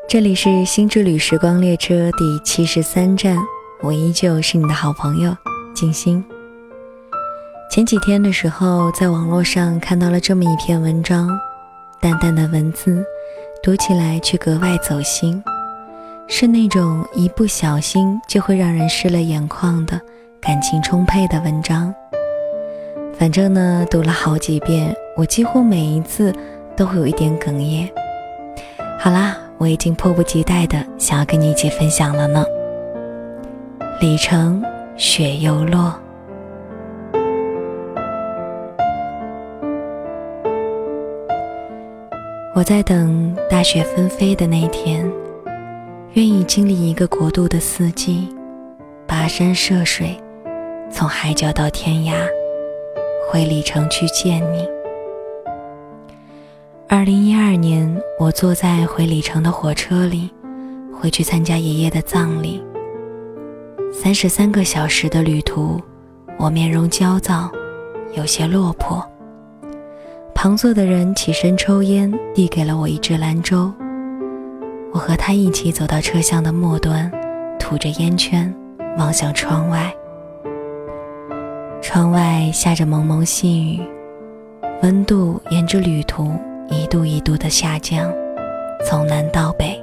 这里是心之旅时光列车第73站，我依旧是你的好朋友静心。前几天的时候，在网络上看到了这么一篇文章，淡淡的文字，读起来却格外走心，是那种一不小心就会让人湿了眼眶的感情充沛的文章。反正呢，读了好几遍，我几乎每一次都会有一点哽咽。好啦，我已经迫不及待的想要跟你一起分享了呢。里程雪又落。我在等大雪纷飞的那天，愿意经历一个国度的四季，跋山涉水，从海角到天涯，回里程去见你。2012年，我坐在回里程的火车里，回去参加爷爷的葬礼。33个小时的旅途，我面容焦躁，有些落魄。旁坐的人起身抽烟，递给了我一支兰州。我和他一起走到车厢的末端，吐着烟圈，望向窗外。窗外下着蒙蒙细雨，温度沿着旅途一度一度的下降，从南到北。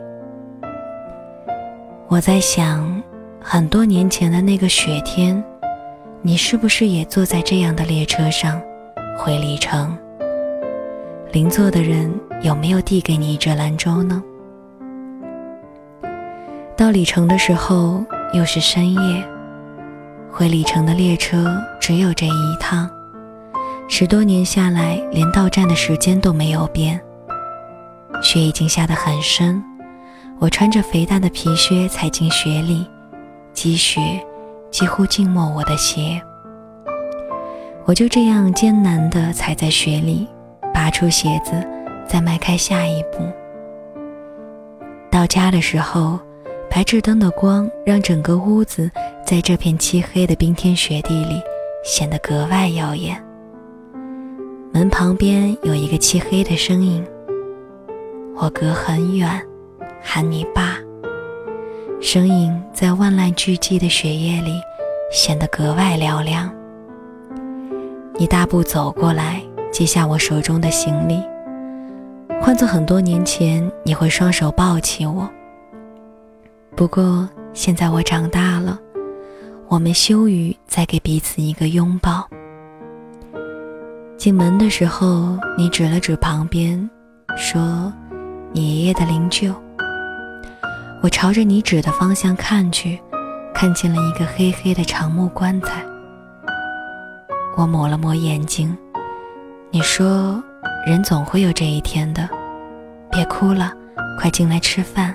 我在想，很多年前的那个雪天，你是不是也坐在这样的列车上回里程？邻座的人有没有递给你一支兰州呢？到里程的时候又是深夜，回里程的列车只有这一趟，10多年下来，连到站的时间都没有变。雪已经下得很深，我穿着肥大的皮靴踩进雪里，积雪几乎浸没我的鞋。我就这样艰难地踩在雪里，拔出鞋子，再迈开下一步。到家的时候，白炽灯的光让整个屋子在这片漆黑的冰天雪地里显得格外耀眼。门旁边有一个漆黑的身影，我隔很远喊你爸，身影在万籁俱寂的雪夜里显得格外嘹亮。你大步走过来，接下我手中的行李，换作很多年前，你会双手抱起我。不过现在我长大了，我们羞于再给彼此一个拥抱。进门的时候，你指了指旁边，说你爷爷的灵柩。我朝着你指的方向看去，看见了一个黑黑的长木棺材。我抹了抹眼睛，你说人总会有这一天的，别哭了，快进来吃饭。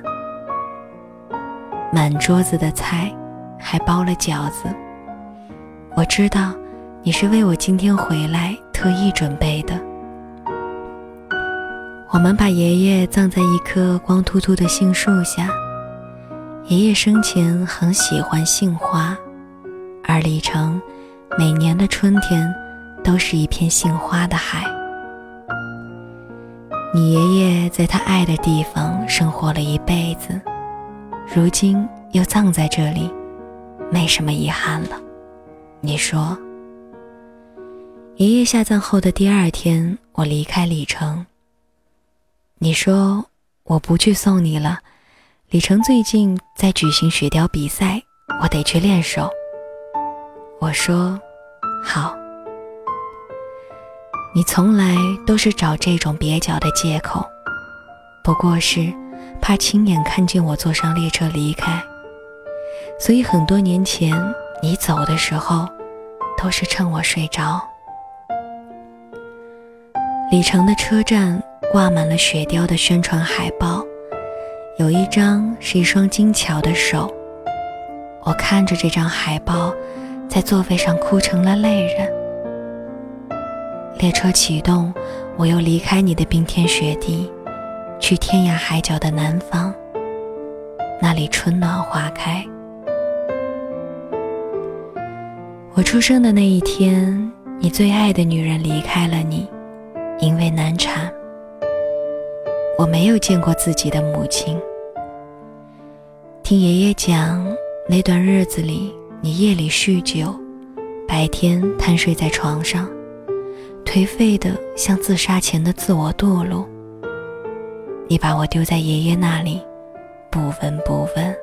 满桌子的菜，还包了饺子。我知道你是为我今天回来特意准备的。我们把爷爷葬在一棵光秃秃的杏树下，爷爷生前很喜欢杏花，而里程每年的春天都是一片杏花的海。你爷爷在他爱的地方生活了一辈子，如今又葬在这里，没什么遗憾了。你说。爷爷下葬后的第2天，我离开里程。你说我不去送你了，里程最近在举行雪雕比赛，我得去练手。我说好。你从来都是找这种蹩脚的借口，不过是怕亲眼看见我坐上列车离开，所以很多年前你走的时候都是趁我睡着。里程的车站挂满了雪雕的宣传海报，有一张是一双精巧的手。我看着这张海报，在座位上哭成了泪人。列车启动，我又离开你的冰天雪地，去天涯海角的南方，那里春暖花开。我出生的那一天，你最爱的女人离开了你，因为难产。我没有见过自己的母亲， 听爷爷讲，那段日子里，你夜里酗酒，白天瘫睡在床上，颓废的像自杀前的自我堕落。你把我丢在爷爷那里，不闻不问。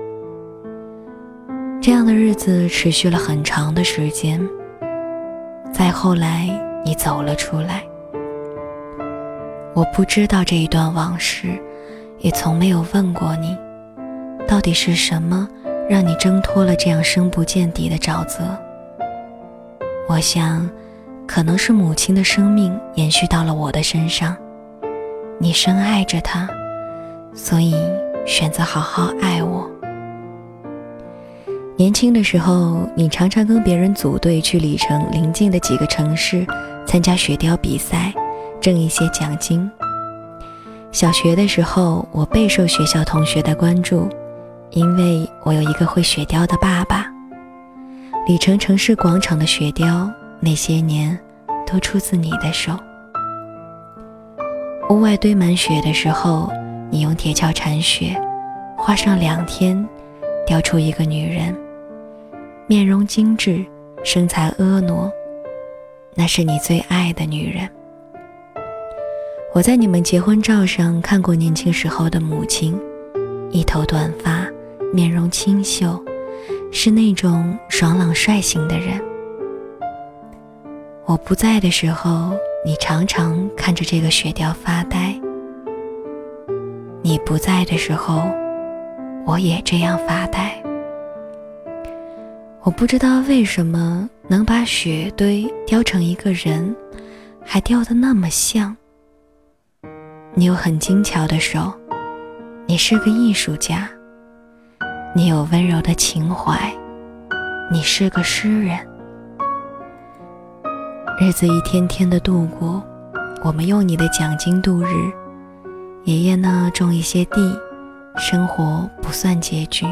这样的日子持续了很长的时间。再后来，你走了出来。我不知道这一段往事，也从没有问过你，到底是什么让你挣脱了这样深不见底的沼泽。我想，可能是母亲的生命延续到了我的身上，你深爱着她，所以选择好好爱我。年轻的时候，你常常跟别人组队去里城邻近的几个城市参加雪雕比赛，挣一些奖金。小学的时候，我备受学校同学的关注，因为我有一个会雪雕的爸爸。里城城市广场的雪雕，那些年都出自你的手。屋外堆满雪的时候，你用铁锹铲雪，花上2天，雕出一个女人，面容精致，身材婀娜，那是你最爱的女人。我在你们结婚照上看过年轻时候的母亲，一头短发，面容清秀，是那种爽朗率性的人。我不在的时候，你常常看着这个雪雕发呆。你不在的时候，我也这样发呆。我不知道为什么能把雪堆雕成一个人，还雕得那么像。你有很精巧的手，你是个艺术家，你有温柔的情怀，你是个诗人。日子一天天的度过，我们用你的奖金度日，爷爷呢种一些地，生活不算拮据。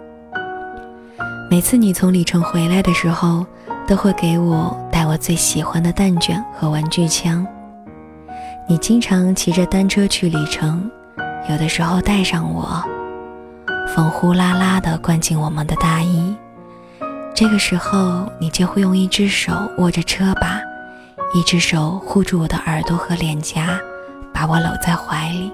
每次你从里城回来的时候，都会给我带我最喜欢的蛋卷和玩具枪。你经常骑着单车去里城，有的时候带上我，风呼啦啦地灌进我们的大衣。这个时候，你就会用一只手握着车把，一只手护住我的耳朵和脸颊，把我搂在怀里。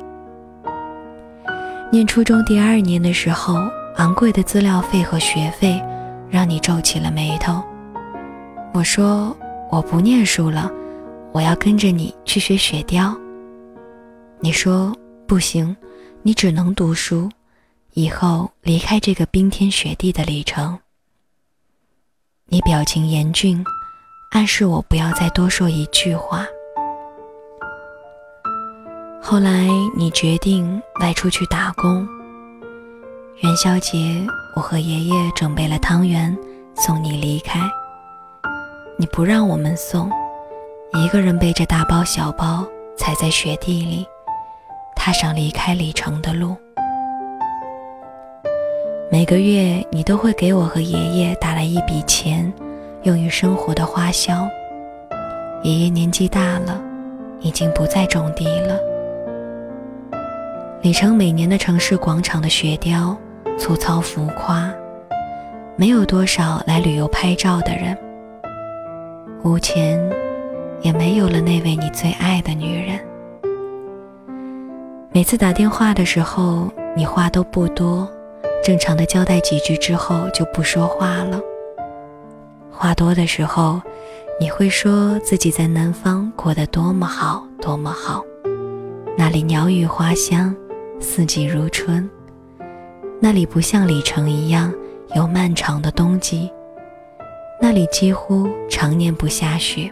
念初中第2年的时候，昂贵的资料费和学费让你皱起了眉头。我说，我不念书了，我要跟着你去学雪雕。你说，不行，你只能读书，以后离开这个冰天雪地的里城。你表情严峻，暗示我不要再多说一句话。后来你决定外出去打工。元宵节，我和爷爷准备了汤圆送你离开。你不让我们送，一个人背着大包小包踩在雪地里，踏上离开里城的路。每个月你都会给我和爷爷打来一笔钱，用于生活的花销。爷爷年纪大了，已经不再种地了。里城每年的城市广场的雪雕粗糙浮夸，没有多少来旅游拍照的人。屋前也没有了那位你最爱的女人。每次打电话的时候，你话都不多，正常的交代几句之后就不说话了。话多的时候，你会说自己在南方过得多么好多么好，那里鸟语花香，四季如春，那里不像里城一样有漫长的冬季，那里几乎常年不下雪。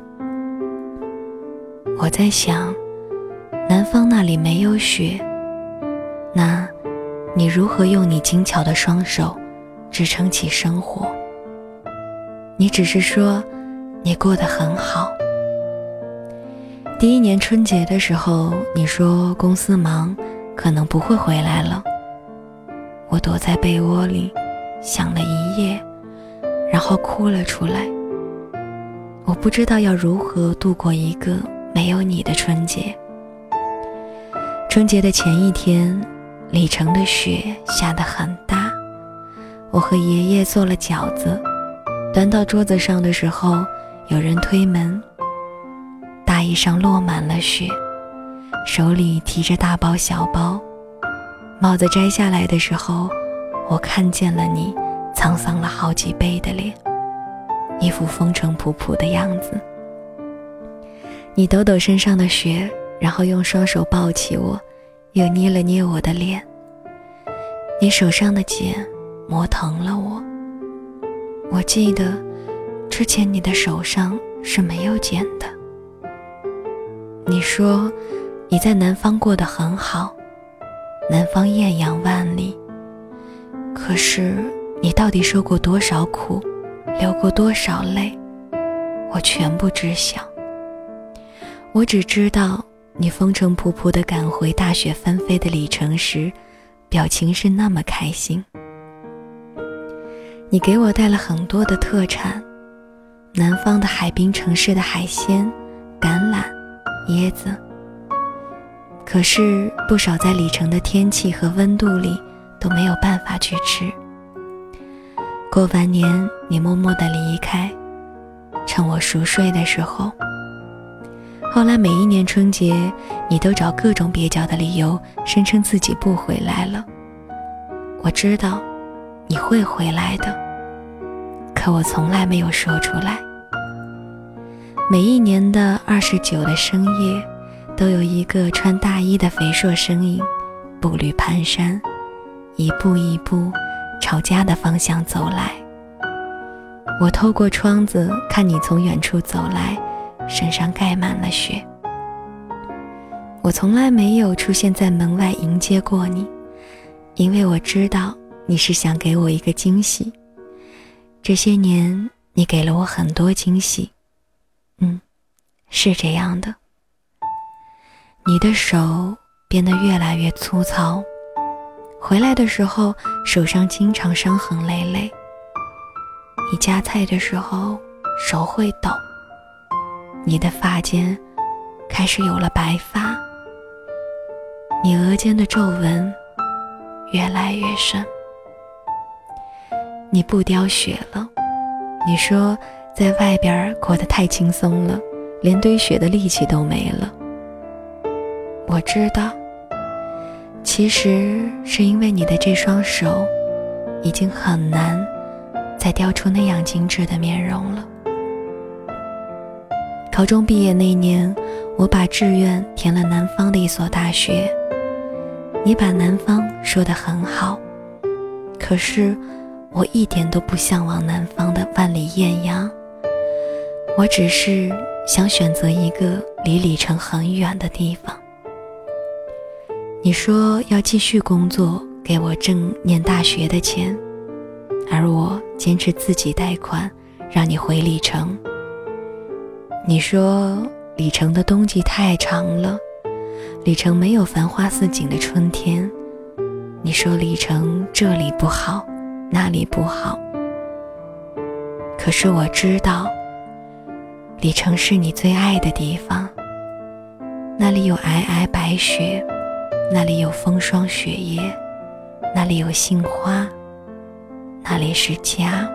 我在想，南方那里没有雪，那你如何用你精巧的双手支撑起生活？你只是说你过得很好。第1年春节的时候，你说公司忙，可能不会回来了。我躲在被窝里想了一夜，然后哭了出来。我不知道要如何度过一个没有你的春节。春节的前1天，里城的雪下得很大， 我和爷爷做了饺子，端到桌子上的时候，有人推门，大衣上落满了雪，手里提着大包小包，帽子摘下来的时候，我看见了你沧桑了好几倍的脸，一副风尘仆仆的样子。你抖抖身上的雪，然后用双手抱起我，又捏了捏我的脸。你手上的茧磨疼了我。我记得之前你的手上是没有茧的。你说你在南方过得很好，南方艳阳万里，可是你到底受过多少苦，流过多少泪，我全不知晓。我只知道你风尘仆仆地赶回大雪纷飞的里程时，表情是那么开心。你给我带了很多的特产，南方的海滨城市的海鲜、橄榄、椰子，可是不少在里程的天气和温度里都没有办法去吃。过完年你默默地离开，趁我熟睡的时候。后来每一年春节，你都找各种蹩脚的理由，声称自己不回来了。我知道你会回来的，可我从来没有说出来。每一年的29的深夜，都有一个穿大衣的肥硕身影，步履蹒跚，一步一步朝家的方向走来。我透过窗子看你从远处走来，身上盖满了雪。我从来没有出现在门外迎接过你，因为我知道你是想给我一个惊喜。这些年你给了我很多惊喜。是这样的。你的手变得越来越粗糙，回来的时候手上经常伤痕累累。你夹菜的时候手会抖，你的发间开始有了白发，你额间的皱纹越来越深。你不凋雪了，你说在外边过得太轻松了，连堆雪的力气都没了。我知道，其实是因为你的这双手已经很难再雕出那样精致的面容了。高中毕业那年，我把志愿填了南方的一所大学。你把南方说得很好，可是我一点都不向往南方的万里艳阳，我只是想选择一个离里程很远的地方。你说要继续工作，给我挣念大学的钱，而我坚持自己贷款，让你回里程。你说里程的冬季太长了，里程没有繁花似锦的春天。你说里程这里不好，那里不好，可是我知道里程是你最爱的地方，那里有皑皑白雪，那里有风霜雪夜，那里有杏花，那里是家。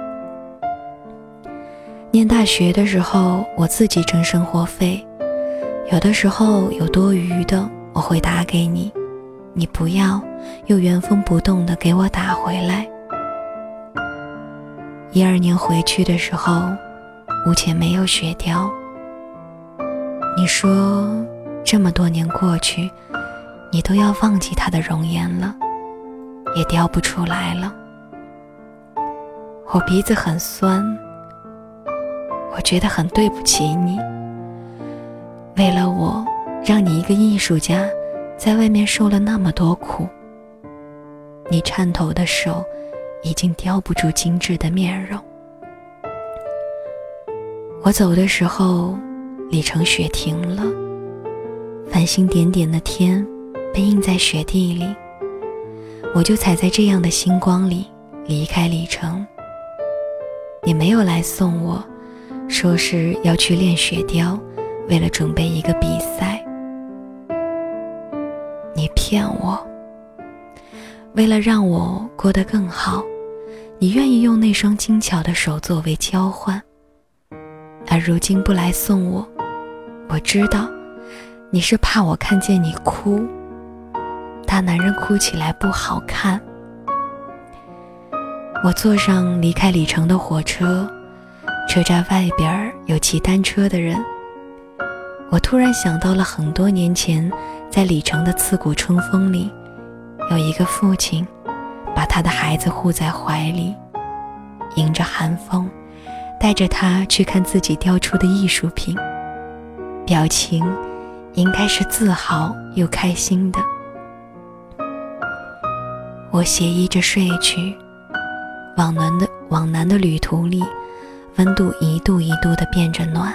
念大学的时候，我自己挣生活费，有的时候有多余的，我会打给你，你不要，又原封不动地给我打回来。12年回去的时候，屋前没有雪雕。你说这么多年过去，你都要忘记它的容颜了，也雕不出来了。我鼻子很酸，我觉得很对不起你，为了我，让你一个艺术家在外面受了那么多苦。你颤抖的手已经雕不出精致的面容。我走的时候，里程雪停了，繁星点点的天被印在雪地里，我就踩在这样的星光里离开里程。你没有来送我，说是要去练雪雕，为了准备一个比赛。你骗我，为了让我过得更好， 你愿意用那双精巧的手作为交换，而如今不来送我，我知道你是怕我看见你哭，大男人哭起来不好看。我坐上离开里城的火车，车站外边有骑单车的人，我突然想到了很多年前在里城的刺骨春风里，有一个父亲把他的孩子护在怀里，迎着寒风带着他去看自己雕出的艺术品，表情应该是自豪又开心的。我斜依着睡去，往南的旅途里，温度一度一度地变着暖。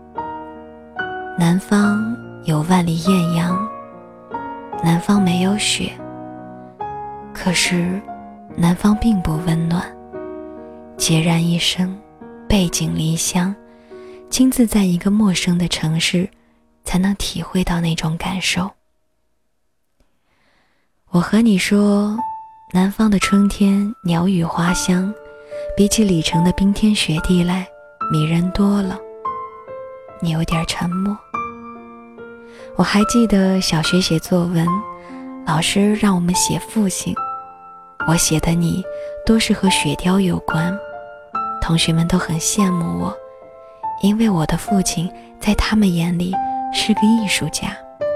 南方有万里艳阳，南方没有雪，可是南方并不温暖。孑然一身，背井离乡，亲自在一个陌生的城市，才能体会到那种感受。我和你说，南方的春天鸟语花香，比起里城的冰天雪地来迷人多了。你有点沉默。我还记得小学写作文，老师让我们写父亲，我写的你多是和雪雕有关，同学们都很羡慕我，因为我的父亲在他们眼里是个艺术家。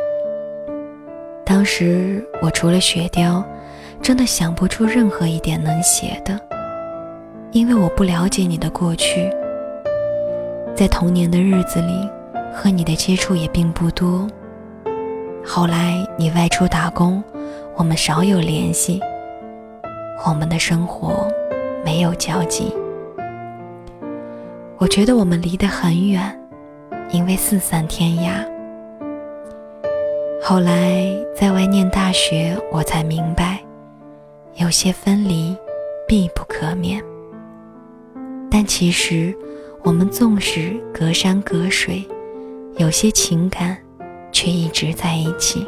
当时我除了雪雕，真的想不出任何一点能写的，因为我不了解你的过去。在童年的日子里，和你的接触也并不多。后来你外出打工，我们少有联系，我们的生活没有交集。我觉得我们离得很远，因为四散天涯。后来在外念大学，我才明白，有些分离必不可免。但其实我们纵使隔山隔水，有些情感却一直在一起。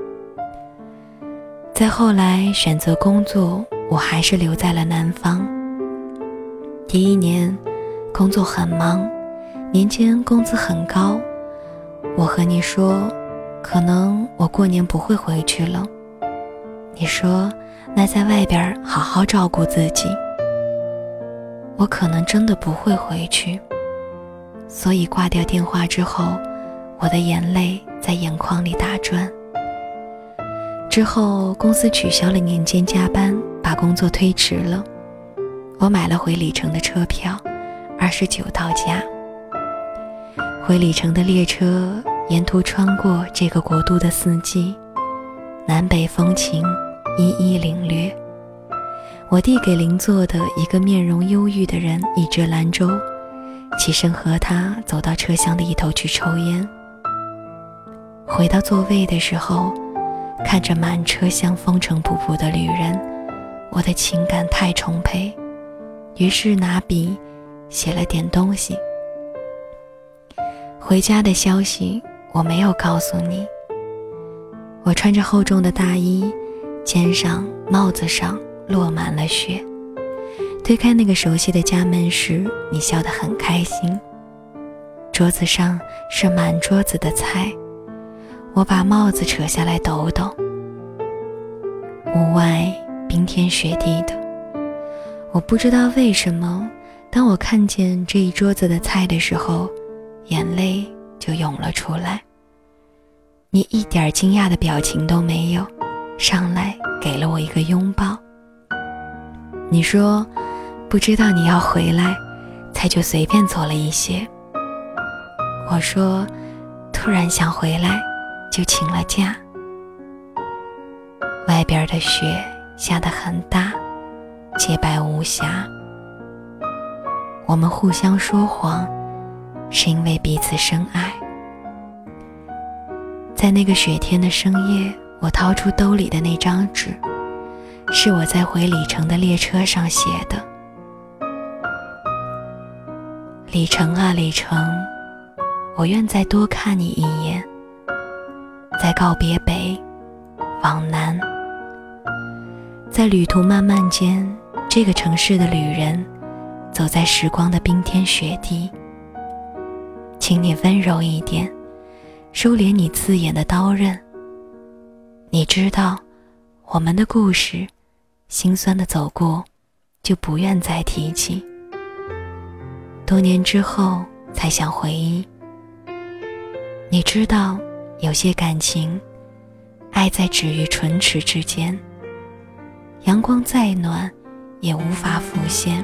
再后来选择工作，我还是留在了南方。第一年工作很忙，年间工资很高。我和你说，可能我过年不会回去了。你说，那在外边好好照顾自己。我可能真的不会回去，所以挂掉电话之后，我的眼泪在眼眶里打转。之后公司取消了年间加班，把工作推迟了。我买了回里城的车票，29到家。回里城的列车沿途穿过这个国度的四季，南北风情一一领略。我递给邻座的一个面容忧郁的人一支兰州，起身和他走到车厢的一头去抽烟。回到座位的时候，看着满车厢风尘仆仆的旅人，我的情感太充沛，于是拿笔写了点东西。回家的消息我没有告诉你。我穿着厚重的大衣，肩上帽子上落满了雪。推开那个熟悉的家门时，你笑得很开心。桌子上是满桌子的菜，我把帽子扯下来抖抖。屋外冰天雪地的，我不知道为什么，当我看见这一桌子的菜的时候，眼泪就涌了出来。你一点惊讶的表情都没有，上来给了我一个拥抱。你说，不知道你要回来，菜就随便做了一些。我说，突然想回来，就请了假。外边的雪下得很大，洁白无瑕。我们互相说谎，是因为彼此深爱。在那个雪天的深夜，我掏出兜里的那张纸，是我在回里城的列车上写的。里程啊里程，我愿再多看你一眼，在告别北，往南。在旅途漫漫间， 这个城市的旅人，走在时光的冰天雪地，请你温柔一点，收敛你刺眼的刀刃。你知道，我们的故事，心酸的走过，就不愿再提起。多年之后才想回忆。你知道，有些感情，爱在止于唇齿之间，阳光再暖，也无法浮现。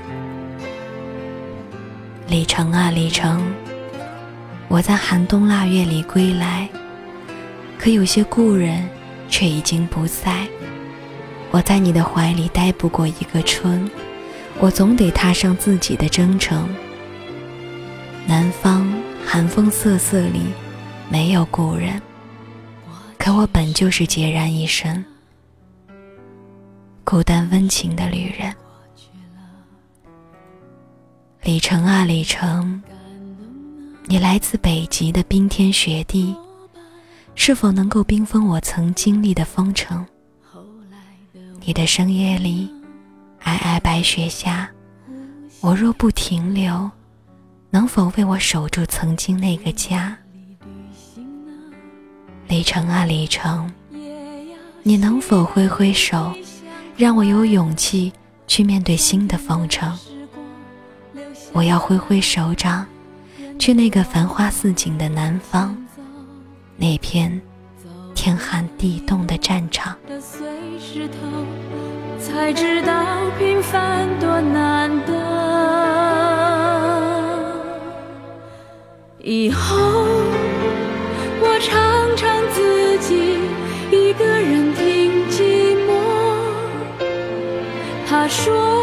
里程啊里程，我在寒冬腊月里归来，可有些故人却已经不在。我在你的怀里待不过一个春，我总得踏上自己的征程。南方寒风瑟瑟里没有故人，可我本就是孑然一身，孤单温情的旅人。里程啊里程，你来自北极的冰天雪地，是否能够冰封我曾经历的风城？你的深夜里，皑皑白雪下，我若不停留，能否为我守住曾经那个家？里程啊里程，你能否挥挥手，让我有勇气去面对新的风城？我要挥挥手掌，去那个繁花似锦的南方，那片天寒地冻的战场。 才知道平凡多难得，以后我常常自己一个人听寂寞。他说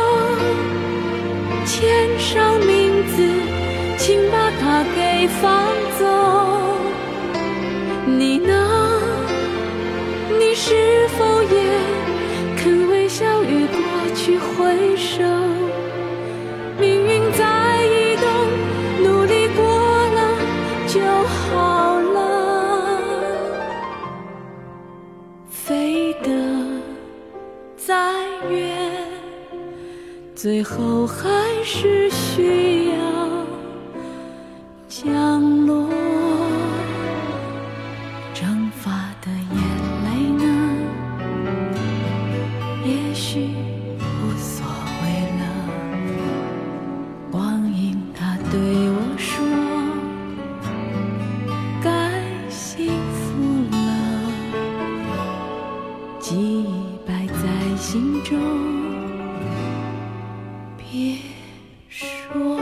签上名字，请把它给放走。你呢？你是否也肯微笑与过去挥手？命运在移动，努力过了就好了。飞得再远，最后还是需要降落。蒸发的眼泪呢，也许无所谓了。光阴它对我说，该幸福了。记忆摆在心中，别说。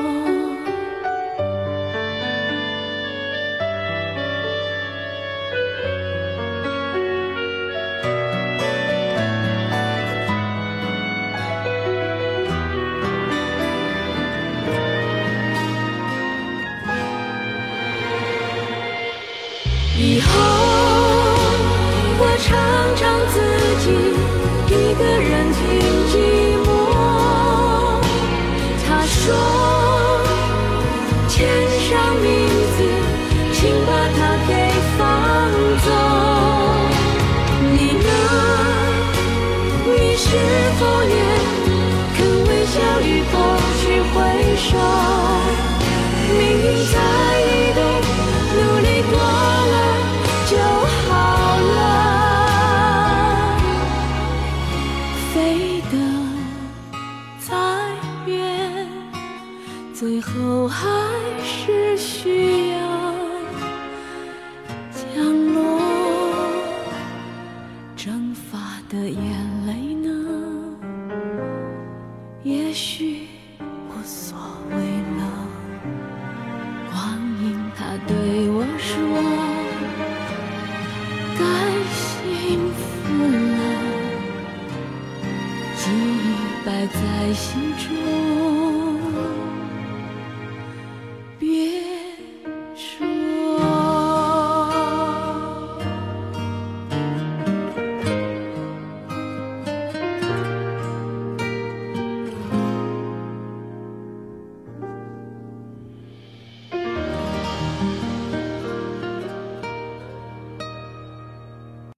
以后我常常自己一个人听寂寞。他说签上名字，请把它给放走。你呢？你是否也肯微笑与过去挥手？命运在移动，努力过了就好了。飞得再远，最后还是需要降落。蒸发的眼泪呢，也许无所谓了。光阴它对我说，该幸福了。记忆摆在心中，